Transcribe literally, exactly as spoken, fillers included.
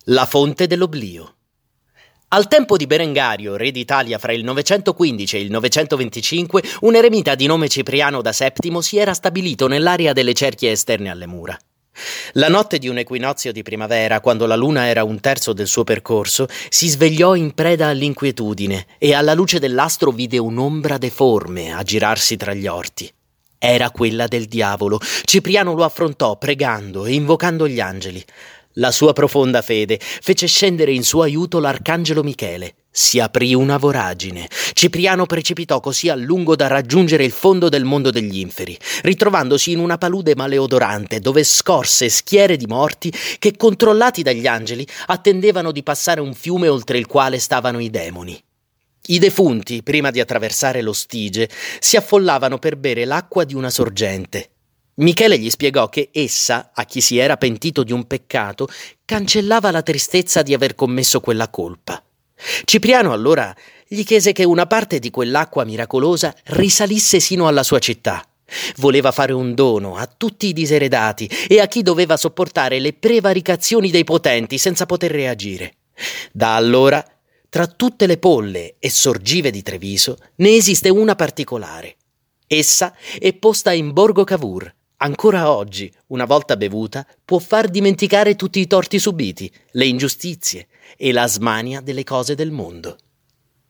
La fonte dell'oblio. Al tempo di Berengario, re d'Italia fra il novecentoquindici e il novecentoventicinque, un eremita di nome Cipriano da Settimo si era stabilito nell'area delle cerchie esterne alle mura. La notte di un equinozio di primavera, quando la luna era un terzo del suo percorso, si svegliò in preda all'inquietudine e alla luce dell'astro vide un'ombra deforme aggirarsi tra gli orti. Era quella del diavolo. Cipriano lo affrontò pregando e invocando gli angeli. La sua profonda fede fece scendere in suo aiuto l'arcangelo Michele. Si aprì una voragine. Cipriano precipitò così a lungo da raggiungere il fondo del mondo degli inferi, ritrovandosi in una palude maleodorante dove scorse schiere di morti che, controllati dagli angeli, attendevano di passare un fiume oltre il quale stavano i demoni. I defunti, prima di attraversare lo Stige, si affollavano per bere l'acqua di una sorgente. Michele gli spiegò che essa, a chi si era pentito di un peccato, cancellava la tristezza di aver commesso quella colpa. Cipriano allora gli chiese che una parte di quell'acqua miracolosa risalisse sino alla sua città. Voleva fare un dono a tutti i diseredati e a chi doveva sopportare le prevaricazioni dei potenti senza poter reagire. Da allora, tra tutte le polle e sorgive di Treviso, ne esiste una particolare. Essa è posta in Borgo Cavour. Ancora oggi, una volta bevuta, può far dimenticare tutti i torti subiti, le ingiustizie e la smania delle cose del mondo.